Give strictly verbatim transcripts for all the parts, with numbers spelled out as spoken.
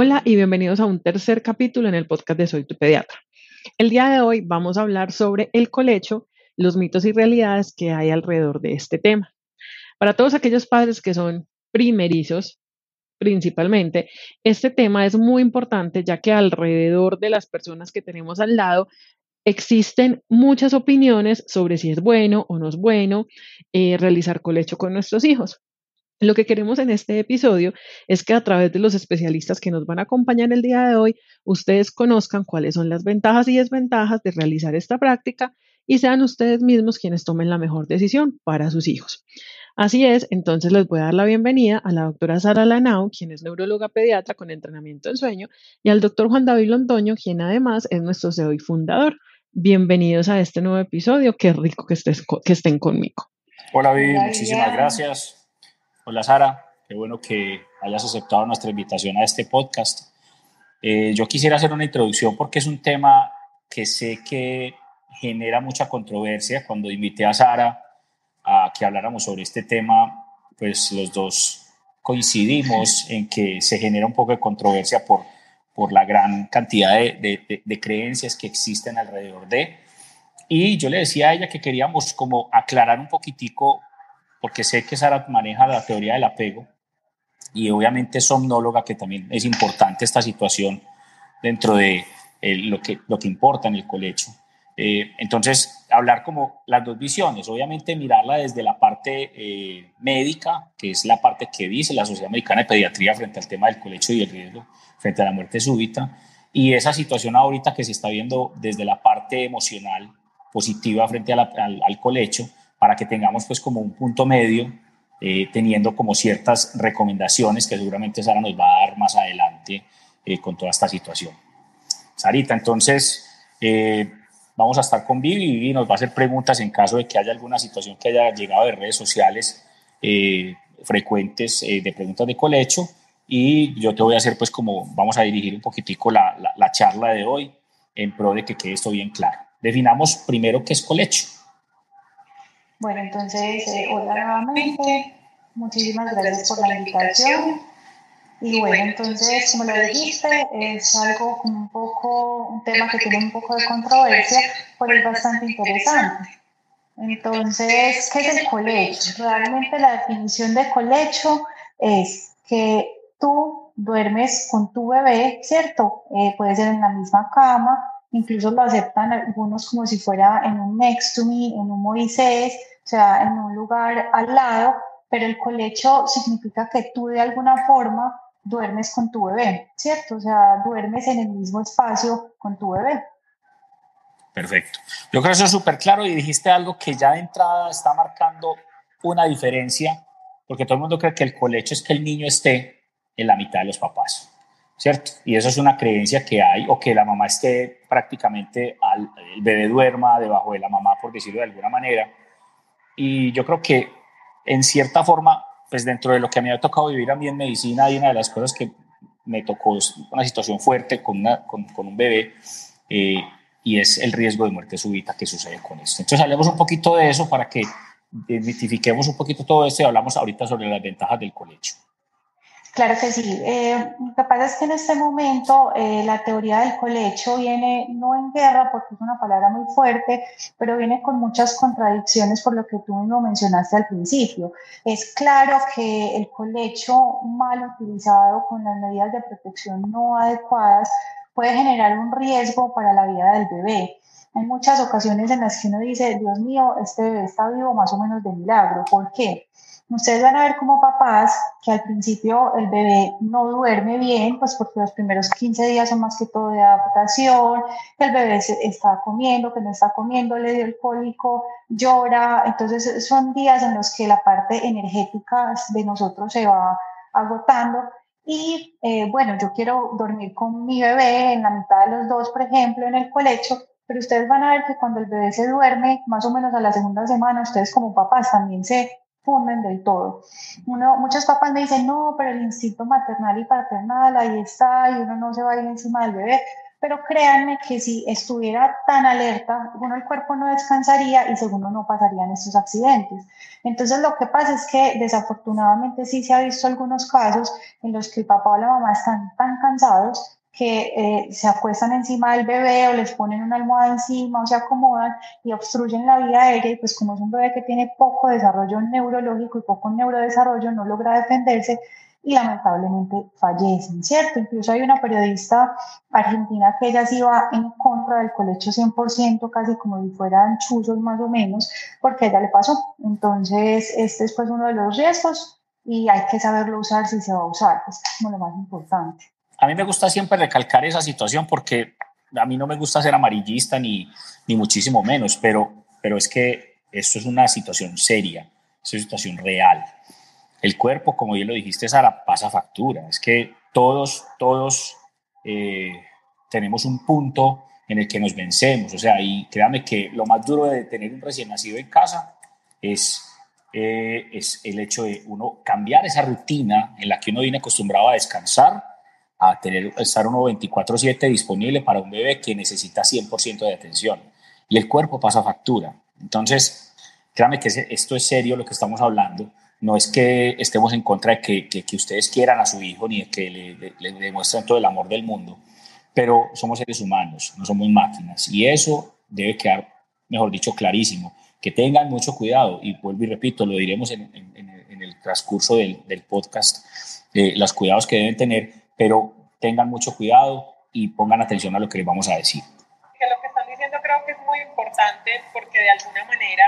Hola y bienvenidos a un tercer capítulo en el podcast de Soy tu Pediatra. El día de hoy vamos a hablar sobre el colecho, los mitos y realidades que hay alrededor de este tema. Para todos aquellos padres que son primerizos, principalmente, este tema es muy importante ya que alrededor de las personas que tenemos al lado existen muchas opiniones sobre si es bueno o no es bueno eh, realizar colecho con nuestros hijos. Lo que queremos en este episodio es que a través de los especialistas que nos van a acompañar el día de hoy, ustedes conozcan cuáles son las ventajas y desventajas de realizar esta práctica y sean ustedes mismos quienes tomen la mejor decisión para sus hijos. Así es, entonces les voy a dar la bienvenida a la doctora Sara Lanao, quien es neuróloga pediatra con entrenamiento en sueño, y al doctor Juan David Londoño, quien además es nuestro C E O y fundador. Bienvenidos a este nuevo episodio, qué rico que, estés, que estén conmigo. Hola, Vivi, muchísimas gracias. Hola, Sara, qué bueno que hayas aceptado nuestra invitación a este podcast. Eh, yo quisiera hacer una introducción porque es un tema que sé que genera mucha controversia. Cuando invité a Sara a que habláramos sobre este tema, pues los dos coincidimos en que se genera un poco de controversia por, por la gran cantidad de, de, de, de creencias que existen alrededor de. Y yo le decía a ella que queríamos como aclarar un poquitico, porque sé que Sara maneja la teoría del apego y obviamente es somnóloga, que también es importante esta situación dentro de eh, lo, que, lo que importa en el colecho. Eh, entonces, hablar como las dos visiones, obviamente mirarla desde la parte eh, médica, que es la parte que dice la Sociedad Americana de Pediatría frente al tema del colecho y el riesgo frente a la muerte súbita, y esa situación ahorita que se está viendo desde la parte emocional positiva frente a la, al, al colecho, para que tengamos pues como un punto medio, eh, teniendo como ciertas recomendaciones que seguramente Sara nos va a dar más adelante eh, con toda esta situación. Sarita, entonces eh, vamos a estar con Vivi. Vivi nos va a hacer preguntas en caso de que haya alguna situación que haya llegado de redes sociales eh, frecuentes eh, de preguntas de colecho, y yo te voy a hacer pues como vamos a dirigir un poquitico la, la, la charla de hoy en pro de que quede esto bien claro. Definamos primero qué es colecho. Bueno, entonces, eh, hola nuevamente, muchísimas gracias por la invitación. Y bueno, entonces, como lo dijiste, es algo como un poco, un tema que tiene un poco de controversia, pero es bastante interesante. Entonces, ¿qué es el colecho? Realmente la definición de colecho es que tú duermes con tu bebé, ¿cierto? Eh, puede ser en la misma cama, incluso lo aceptan algunos como si fuera en un next to me, en un Moisés, o sea, en un lugar al lado, pero el colecho significa que tú de alguna forma duermes con tu bebé, ¿cierto? O sea, duermes en el mismo espacio con tu bebé. Perfecto. Yo creo que eso es súper claro, y dijiste algo que ya de entrada está marcando una diferencia, porque todo el mundo cree que el colecho es que el niño esté en la mitad de los papás, ¿cierto? Y eso es una creencia que hay, o que la mamá esté prácticamente, al, el bebé duerma debajo de la mamá, por decirlo de alguna manera. Y yo creo que en cierta forma, pues dentro de lo que me ha tocado vivir a mí en medicina, hay una de las cosas que me tocó una situación fuerte con, una, con, con un bebé, eh, y es el riesgo de muerte súbita que sucede con esto. Entonces hablemos un poquito de eso para que desmitifiquemos un poquito todo esto, y hablamos ahorita sobre las ventajas del colecho. Claro que sí. Eh, lo que pasa es que en este momento eh, la teoría del colecho viene no en guerra, porque es una palabra muy fuerte, pero viene con muchas contradicciones por lo que tú mismo mencionaste al principio. Es claro que el colecho mal utilizado con las medidas de protección no adecuadas puede generar un riesgo para la vida del bebé. Hay muchas ocasiones en las que uno dice, Dios mío, este bebé está vivo más o menos de milagro. ¿Por qué? Ustedes van a ver como papás que al principio el bebé no duerme bien, pues porque los primeros quince días son más que todo de adaptación, que el bebé se está comiendo, que no está comiendo, le dio el cólico, llora. Entonces son días en los que la parte energética de nosotros se va agotando. Y eh, bueno, yo quiero dormir con mi bebé en la mitad de los dos, por ejemplo, en el colecho, pero ustedes van a ver que cuando el bebé se duerme, más o menos a la segunda semana, ustedes como papás también se funden del todo. Uno, muchos papás me dicen, no, pero el instinto maternal y paternal ahí está y uno no se va a ir encima del bebé. pero créanme que si estuviera tan alerta, uno, el cuerpo no descansaría y segundo, no pasarían estos accidentes. Entonces lo que pasa es que desafortunadamente sí se ha visto algunos casos en los que el papá o la mamá están tan cansados que eh, se acuestan encima del bebé o les ponen una almohada encima o se acomodan y obstruyen la vía aérea, y pues como es un bebé que tiene poco desarrollo neurológico y poco neurodesarrollo, no logra defenderse y lamentablemente fallecen, ¿cierto? Incluso hay una periodista argentina que ella sí iba en contra del colecho cien por ciento, casi como si fueran chuzos más o menos, porque a ella le pasó. Entonces, este es pues uno de los riesgos y hay que saberlo usar si se va a usar, es como lo más importante. A mí me gusta siempre recalcar esa situación porque a mí no me gusta ser amarillista ni, ni muchísimo menos, pero, pero es que esto es una situación seria, es una situación real. El cuerpo, como bien lo dijiste, Sara, pasa factura. Es que todos, todos eh, tenemos un punto en el que nos vencemos. O sea, y créanme que lo más duro de tener un recién nacido en casa es, eh, es el hecho de uno cambiar esa rutina en la que uno viene acostumbrado a descansar, a tener, a estar uno veinticuatro siete disponible para un bebé que necesita cien por ciento de atención. Y el cuerpo pasa factura. Entonces, créanme que esto es serio lo que estamos hablando. No es que estemos en contra de que, que, que ustedes quieran a su hijo ni de que le, le, le demuestren todo el amor del mundo, pero somos seres humanos, no somos máquinas. Y eso debe quedar, mejor dicho, clarísimo. Que tengan mucho cuidado, y vuelvo y repito, lo diremos en, en, en el transcurso del, del podcast, eh, los cuidados que deben tener, pero tengan mucho cuidado y pongan atención a lo que les vamos a decir. Que lo que están diciendo creo que es muy importante porque de alguna manera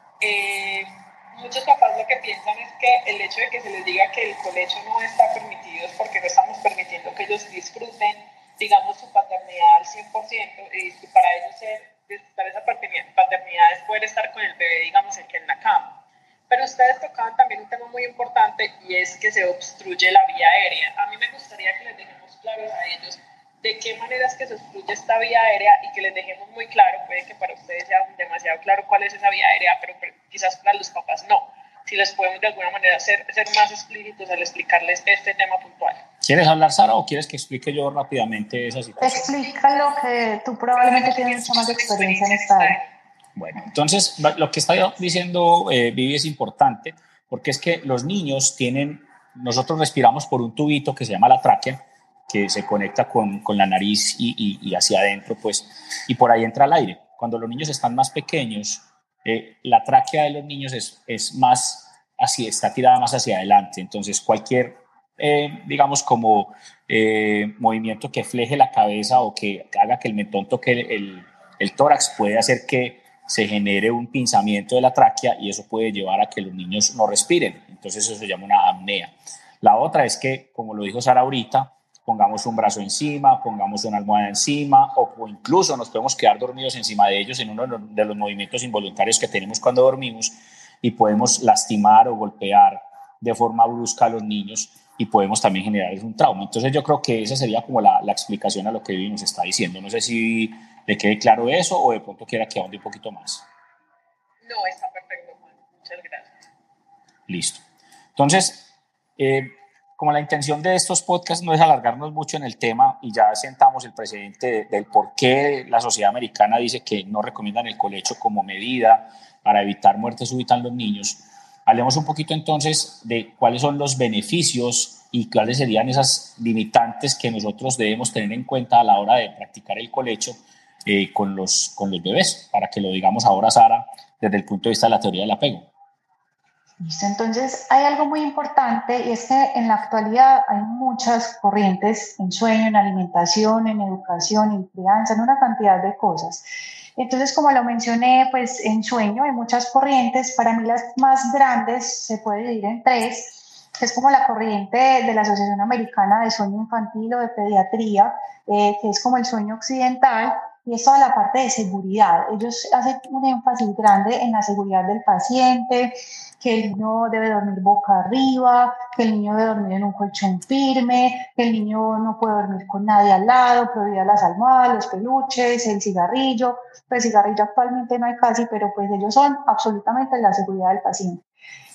eh, muchos papás lo que piensan es que el hecho de que se les diga que el colecho no está permitido es porque no estamos permitiendo que ellos disfruten, digamos, su paternidad al cien por ciento, y para ellos ser, disfrutar esa paternidad es poder estar con el bebé, digamos, el que en la cama. Pero ustedes tocaban también un tema muy importante y es que se obstruye la vía aérea. A mí me gustaría que les dejemos claros a ellos de qué manera es que se obstruye esta vía aérea y que les dejemos muy claro, puede que para ustedes sea demasiado claro cuál es esa vía aérea, pero, pero quizás para los papás no. Si les podemos de alguna manera ser, ser más explícitos al explicarles este tema puntual. ¿Quieres hablar, Sara, o quieres que explique yo rápidamente esa situación? Explícalo, que tú probablemente tienes mucha más experiencia en esta área. Bueno, entonces lo que está diciendo eh, Vivi es importante porque es que los niños tienen, nosotros respiramos por un tubito que se llama la tráquea, que se conecta con, con la nariz y, y, y hacia adentro, pues, y por ahí entra el aire. Cuando los niños están más pequeños, eh, la tráquea de los niños es, es más, así, está tirada más hacia adelante, entonces cualquier, eh, digamos, como eh, movimiento que fleje la cabeza o que haga que el mentón toque el, el, el tórax puede hacer que se genere un pinzamiento de la tráquea y eso puede llevar a que los niños no respiren. Entonces eso se llama una apnea. La otra es que, como lo dijo Sara ahorita, pongamos un brazo encima, pongamos una almohada encima o incluso nos podemos quedar dormidos encima de ellos en uno de los movimientos involuntarios que tenemos cuando dormimos y podemos lastimar o golpear de forma brusca a los niños y podemos también generarles un trauma. Entonces yo creo que esa sería como la, la explicación a lo que Vivi nos está diciendo. No sé si le quede claro eso o de pronto quiera que ahonde un poquito más. No, está perfecto, Juan. Muchas gracias. Listo. Entonces, eh, como la intención de estos podcasts no es alargarnos mucho en el tema y ya sentamos el precedente de, del por qué la sociedad americana dice que no recomiendan el colecho como medida para evitar muerte súbita en los niños, hablemos un poquito entonces de cuáles son los beneficios y cuáles serían esas limitantes que nosotros debemos tener en cuenta a la hora de practicar el colecho eh, con, los, con los bebés, para que lo digamos ahora, Sara, desde el punto de vista de la teoría del apego. Listo, entonces hay algo muy importante y es que en la actualidad hay muchas corrientes en sueño, en alimentación, en educación, en crianza, en una cantidad de cosas. Entonces, como lo mencioné, pues en sueño hay muchas corrientes. Para mí las más grandes se puede dividir en tres, que es como la corriente de la Asociación Americana de Sueño Infantil o de Pediatría, eh, que es como el sueño occidental, y es toda la parte de seguridad. Ellos hacen un énfasis grande en la seguridad del paciente, que el niño debe dormir boca arriba, que el niño debe dormir en un colchón firme, que el niño no puede dormir con nadie al lado, prohibida las almohadas, los peluches, el cigarrillo. Pues cigarrillo actualmente no hay casi, pero pues ellos son absolutamente la seguridad del paciente.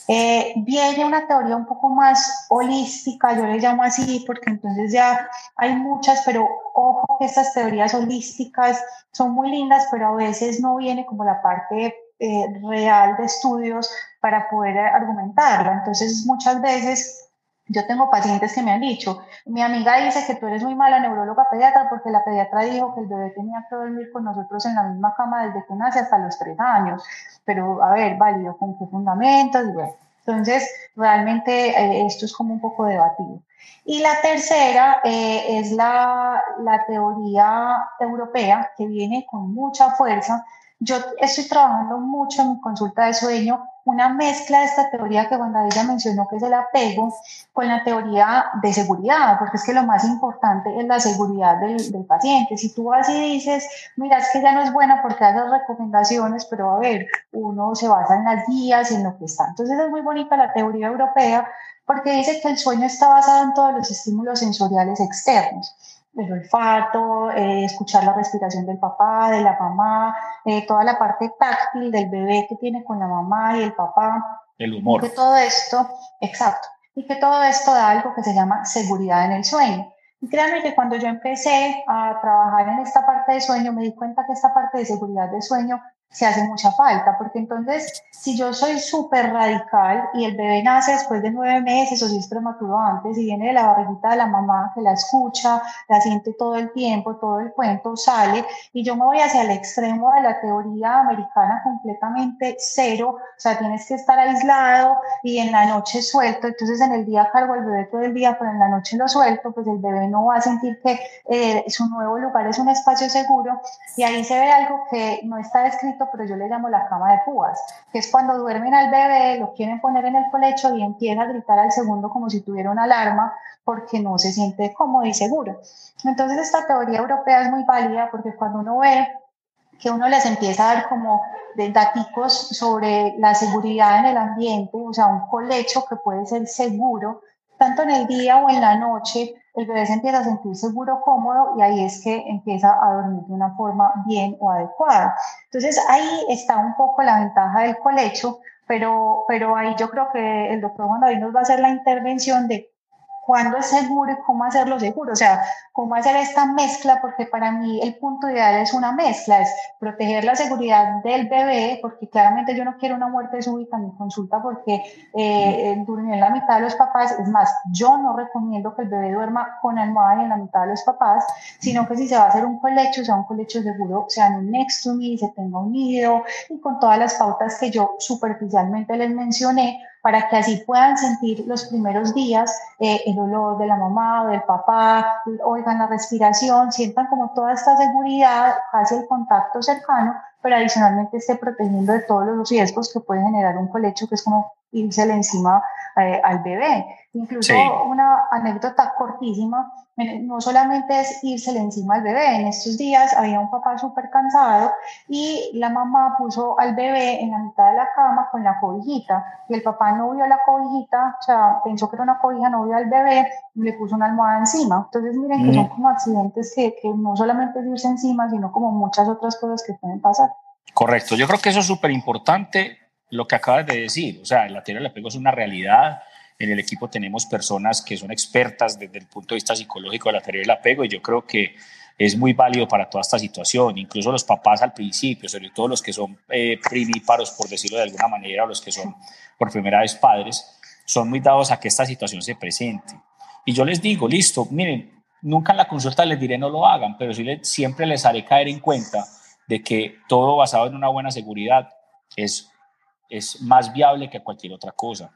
Eh, viene una teoría un poco más holística, yo le llamo así, porque entonces ya hay muchas, pero ojo que estas teorías holísticas son muy lindas, pero a veces no viene como la parte eh, real de estudios para poder argumentarla. Entonces, muchas veces yo tengo pacientes que me han dicho, mi amiga dice que tú eres muy mala neuróloga pediatra porque la pediatra dijo que el bebé tenía que dormir con nosotros en la misma cama desde que nace hasta los tres años. Pero, a ver, válido, ¿con qué fundamentos? Y bueno, entonces, realmente eh, esto es como un poco debatido. Y la tercera eh, es la, la teoría europea que viene con mucha fuerza. Yo estoy trabajando mucho en mi consulta de sueño, una mezcla de esta teoría que Wanda ella mencionó, que es el apego, con la teoría de seguridad, porque es que lo más importante es la seguridad del, del paciente. Si tú así dices, mira, es que ya no es buena porque hace recomendaciones, pero a ver, uno se basa en las guías, en lo que está. Entonces es muy bonita la teoría europea porque dice que el sueño está basado en todos los estímulos sensoriales externos. El olfato, eh, escuchar la respiración del papá, de la mamá, eh, toda la parte táctil del bebé que tiene con la mamá y el papá. El Y humor. que todo esto, exacto, y que todo esto da algo que se llama seguridad en el sueño. Y créanme que cuando yo empecé a trabajar en esta parte de sueño, me di cuenta que esta parte de seguridad de sueño se hace mucha falta, porque entonces, si yo soy súper radical y el bebé nace después de nueve meses o si es prematuro antes y viene de la barriguita de la mamá que la escucha, la siente todo el tiempo, todo el cuento sale, y yo me voy hacia el extremo de la teoría americana completamente cero, o sea, tienes que estar aislado y en la noche suelto, entonces en el día cargo al bebé todo el día, pero en la noche lo suelto, pues el bebé no va a sentir que eh, su nuevo lugar es un espacio seguro, y ahí se ve algo que no está descrito, pero yo le llamo la cama de púas, que es cuando duermen al bebé, lo quieren poner en el colecho y empieza a gritar al segundo como si tuviera una alarma, porque no se siente cómodo y seguro. Entonces esta teoría europea es muy válida porque cuando uno ve que uno les empieza a dar como de daticos sobre la seguridad en el ambiente, o sea, un colecho que puede ser seguro, tanto en el día o en la noche, el bebé se empieza a sentir seguro, cómodo, y ahí es que empieza a dormir de una forma bien o adecuada. Entonces, ahí está un poco la ventaja del colecho, pero, pero ahí yo creo que el doctor Juan David nos va a hacer la intervención de cuándo es seguro y cómo hacerlo seguro, o sea, cómo hacer esta mezcla, porque para mí el punto ideal es una mezcla, es proteger la seguridad del bebé, porque claramente yo no quiero una muerte súbita en mi consulta porque eh, durmió en la mitad de los papás, es más, yo no recomiendo que el bebé duerma con almohada y en la mitad de los papás, sino que si se va a hacer un colecho, sea un colecho seguro, sea en un next to me, se tenga un nido y con todas las pautas que yo superficialmente les mencioné, para que así puedan sentir los primeros días eh, el olor de la mamá o del papá, oigan la respiración, sientan como toda esta seguridad, casi el contacto cercano, pero adicionalmente esté protegiendo de todos los riesgos que puede generar un colecho, que es como írsele encima eh, al bebé. Incluso Sí. una anécdota cortísima, no solamente es írsele encima al bebé, en estos días había un papá súper cansado y la mamá puso al bebé en la mitad de la cama con la cobijita y el papá no vio la cobijita, o sea, pensó que era una cobija, no vio al bebé y le puso una almohada encima. Entonces miren mm. que son como accidentes que, que no solamente es irse encima, sino como muchas otras cosas que pueden pasar. Correcto, yo creo que eso es súper importante lo que acabas de decir, o sea, la teoría del apego es una realidad. En el equipo tenemos personas que son expertas desde el punto de vista psicológico de la teoría del apego y yo creo que es muy válido para toda esta situación. Incluso los papás al principio, sobre todo los que son eh, primíparos, por decirlo de alguna manera, o los que son por primera vez padres, son muy dados a que esta situación se presente. Y yo les digo, listo, miren, nunca en la consulta les diré no lo hagan, pero sí les, siempre les haré caer en cuenta de que todo basado en una buena seguridad es, es más viable que cualquier otra cosa.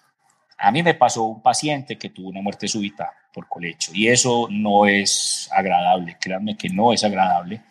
A mí me pasó un paciente que tuvo una muerte súbita por colecho y eso no es agradable, créanme que no es agradable,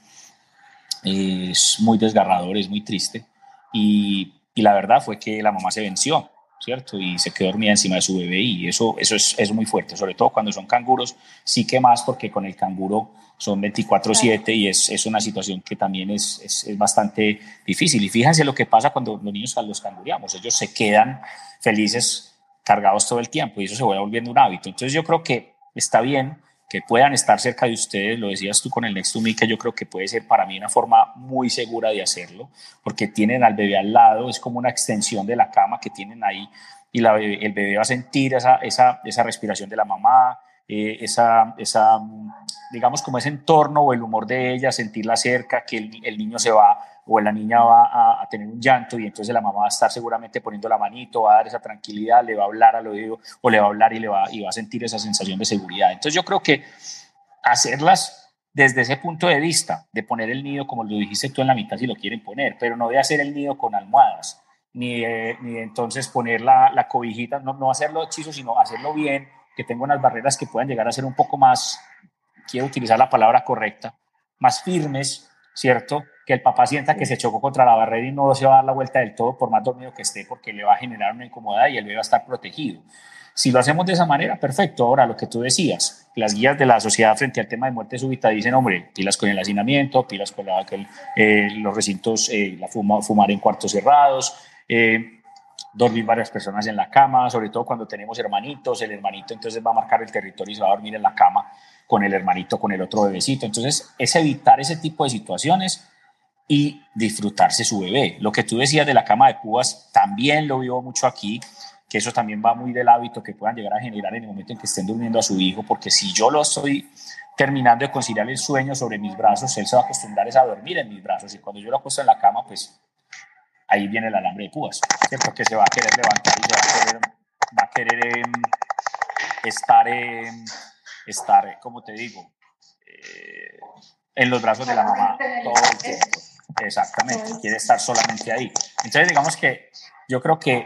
es muy desgarrador, es muy triste y, y la verdad fue que la mamá se venció, ¿cierto? Y se quedó dormida encima de su bebé y eso, eso es, es muy fuerte, sobre todo cuando son canguros, sí que más porque con el canguro son veinticuatro siete y es, es una situación que también es, es, es bastante difícil. Y fíjense lo que pasa cuando los niños los cangureamos, ellos se quedan felices cargados todo el tiempo y eso se va volviendo un hábito. Entonces yo creo que está bien que puedan estar cerca de ustedes. Lo decías tú con el Next to Me, que yo creo que puede ser para mí una forma muy segura de hacerlo, porque tienen al bebé al lado, es como una extensión de la cama que tienen ahí, y la bebé, el bebé va a sentir esa, esa, esa respiración de la mamá, eh, esa, esa, digamos, como ese entorno o el humor de ella, sentirla cerca, que el, el niño se va o la niña va a, a tener un llanto y entonces la mamá va a estar seguramente poniendo la manito, va a dar esa tranquilidad, le va a hablar al oído o le va a hablar y, le va, y va a sentir esa sensación de seguridad. Entonces yo creo que hacerlas desde ese punto de vista, de poner el nido, como lo dijiste tú, en la mitad si lo quieren poner, pero no de hacer el nido con almohadas, ni de, ni de entonces poner la, la cobijita, no, no hacerlo hechizo, sino hacerlo bien, que tenga unas barreras que puedan llegar a ser un poco más, quiero utilizar la palabra correcta, más firmes, ¿cierto? Que el papá sienta que se chocó contra la barrera y no se va a dar la vuelta del todo por más dormido que esté, porque le va a generar una incomodidad y el bebé va a estar protegido. Si lo hacemos de esa manera, perfecto. Ahora, lo que tú decías, las guías de la sociedad frente al tema de muerte súbita dicen, hombre, pilas con el hacinamiento, pilas con la, con, eh, los recintos, eh, la fuma, fumar en cuartos cerrados, eh, dormir varias personas en la cama, sobre todo cuando tenemos hermanitos, el hermanito entonces va a marcar el territorio y se va a dormir en la cama con el hermanito, con el otro bebecito. Entonces, es evitar ese tipo de situaciones y disfrutarse su bebé. Lo que tú decías de la cama de púas, también lo vivo mucho aquí, que eso también va muy del hábito que puedan llegar a generar en el momento en que estén durmiendo a su hijo, porque si yo lo estoy terminando de conciliar el sueño sobre mis brazos, él se va a acostumbrar a dormir en mis brazos, y cuando yo lo acuesto en la cama, pues ahí viene el alambre de púas, ¿cierto? Que se va a querer levantar y se va a querer, va a querer eh, estar, eh, estar, como te digo, eh, en los brazos de la mamá todo el tiempo. Exactamente, quiere estar solamente ahí. Entonces, digamos que yo creo que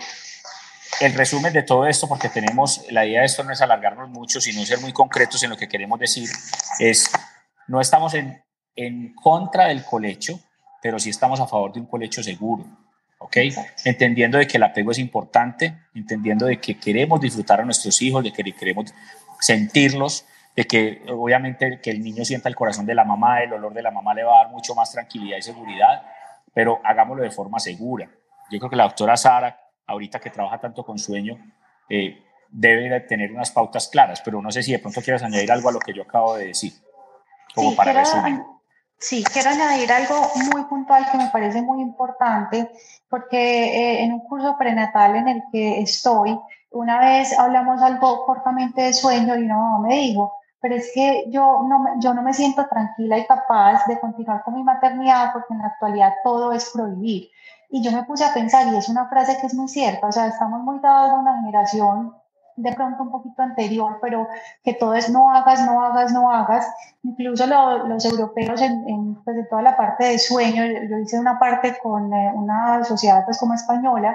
el resumen de todo esto, porque tenemos, la idea de esto no es alargarnos mucho, sino ser muy concretos en lo que queremos decir, es, no estamos en, en contra del colecho, pero sí estamos a favor de un colecho seguro, ¿ok? Entendiendo de que el apego es importante, entendiendo de que queremos disfrutar a nuestros hijos, de que queremos sentirlos, de que obviamente que el niño sienta el corazón de la mamá, el olor de la mamá le va a dar mucho más tranquilidad y seguridad, pero hagámoslo de forma segura. Yo creo que la doctora Sara, ahorita que trabaja tanto con sueño, eh, debe de tener unas pautas claras, pero no sé si de pronto quieres añadir algo a lo que yo acabo de decir, como sí, para quiero, resumir. Sí, quiero añadir algo muy puntual que me parece muy importante, porque eh, en un curso prenatal en el que estoy, una vez hablamos algo cortamente de sueño y una mamá me dijo, pero es que yo no, me, yo no me siento tranquila y capaz de continuar con mi maternidad porque en la actualidad todo es prohibir. Y yo me puse a pensar, y es una frase que es muy cierta, o sea, estamos muy dados a una generación de pronto un poquito anterior, pero que todo es no hagas, no hagas, no hagas. Incluso lo, los europeos en, en, pues, en toda la parte de sueño, yo hice una parte con eh, una sociedad pues como española,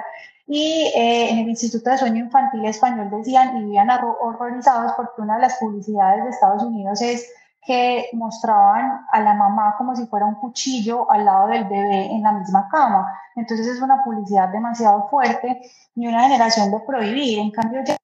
y eh, en el Instituto de Sueño Infantil Español decían y vivían horrorizados porque una de las publicidades de Estados Unidos es que mostraban a la mamá como si fuera un cuchillo al lado del bebé en la misma cama. Entonces es una publicidad demasiado fuerte y una generación de prohibir. En cambio ya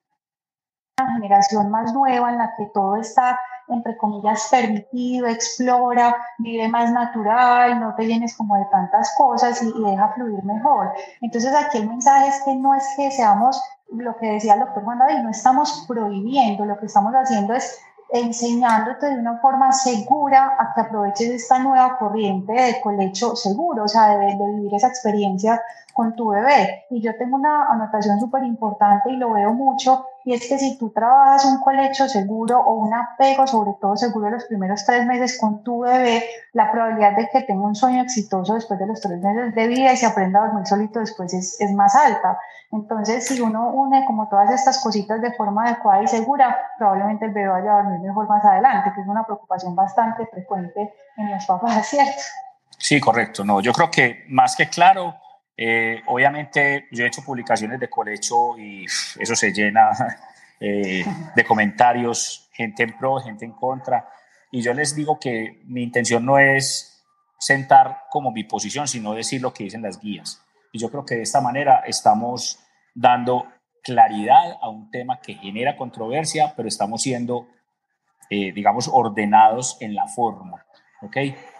una generación más nueva en la que todo está, entre comillas, permitido, explora, vive más natural, no te llenes como de tantas cosas y, y deja fluir mejor. Entonces aquí el mensaje es que no es que seamos, lo que decía el doctor Juan David, no estamos prohibiendo, lo que estamos haciendo es enseñándote de una forma segura a que aproveches esta nueva corriente de colecho seguro, o sea, de, de vivir esa experiencia con tu bebé. Y yo tengo una anotación súper importante y lo veo mucho, y es que si tú trabajas un colecho seguro o un apego sobre todo seguro los primeros tres meses con tu bebé, la probabilidad de que tenga un sueño exitoso después de los tres meses de vida y se aprenda a dormir solito después es, es más alta. Entonces, si uno une como todas estas cositas de forma adecuada y segura, probablemente el bebé vaya a dormir mejor más adelante, que es una preocupación bastante frecuente en los papás, ¿cierto? Sí, correcto. No, yo creo que más que claro, eh, obviamente yo he hecho publicaciones de colecho y eso se llena eh, de comentarios, gente en pro, gente en contra, y yo les digo que mi intención no es sentar como mi posición, sino decir lo que dicen las guías. Y yo creo que de esta manera estamos dando claridad a un tema que genera controversia, pero estamos siendo, eh, digamos, ordenados en la forma, ¿ok?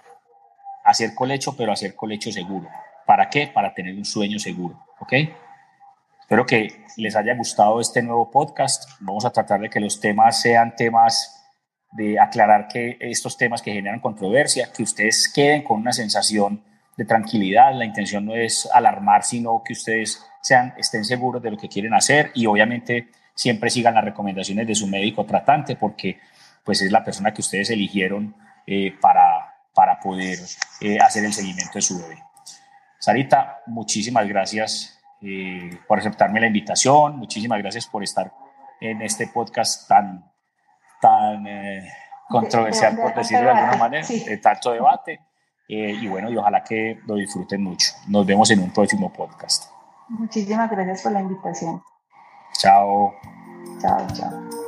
Hacer colecho, pero hacer colecho seguro. ¿Para qué? Para tener un sueño seguro, ¿ok? Espero que les haya gustado este nuevo podcast. Vamos a tratar de que los temas sean temas de aclarar que estos temas que generan controversia, que ustedes queden con una sensación de tranquilidad. La intención no es alarmar, sino que ustedes sean, estén seguros de lo que quieren hacer y obviamente siempre sigan las recomendaciones de su médico tratante, porque pues es la persona que ustedes eligieron eh, para, para poder eh, hacer el seguimiento de su bebé. Sarita, muchísimas gracias eh, por aceptarme la invitación, muchísimas gracias por estar en este podcast tan, tan eh, controversial, de, de, de por decirlo debate, de alguna manera, sí. de tanto debate. Eh, y bueno, y ojalá que lo disfruten mucho. Nos vemos en un próximo podcast. Muchísimas gracias por la invitación. Chao. Chao, chao.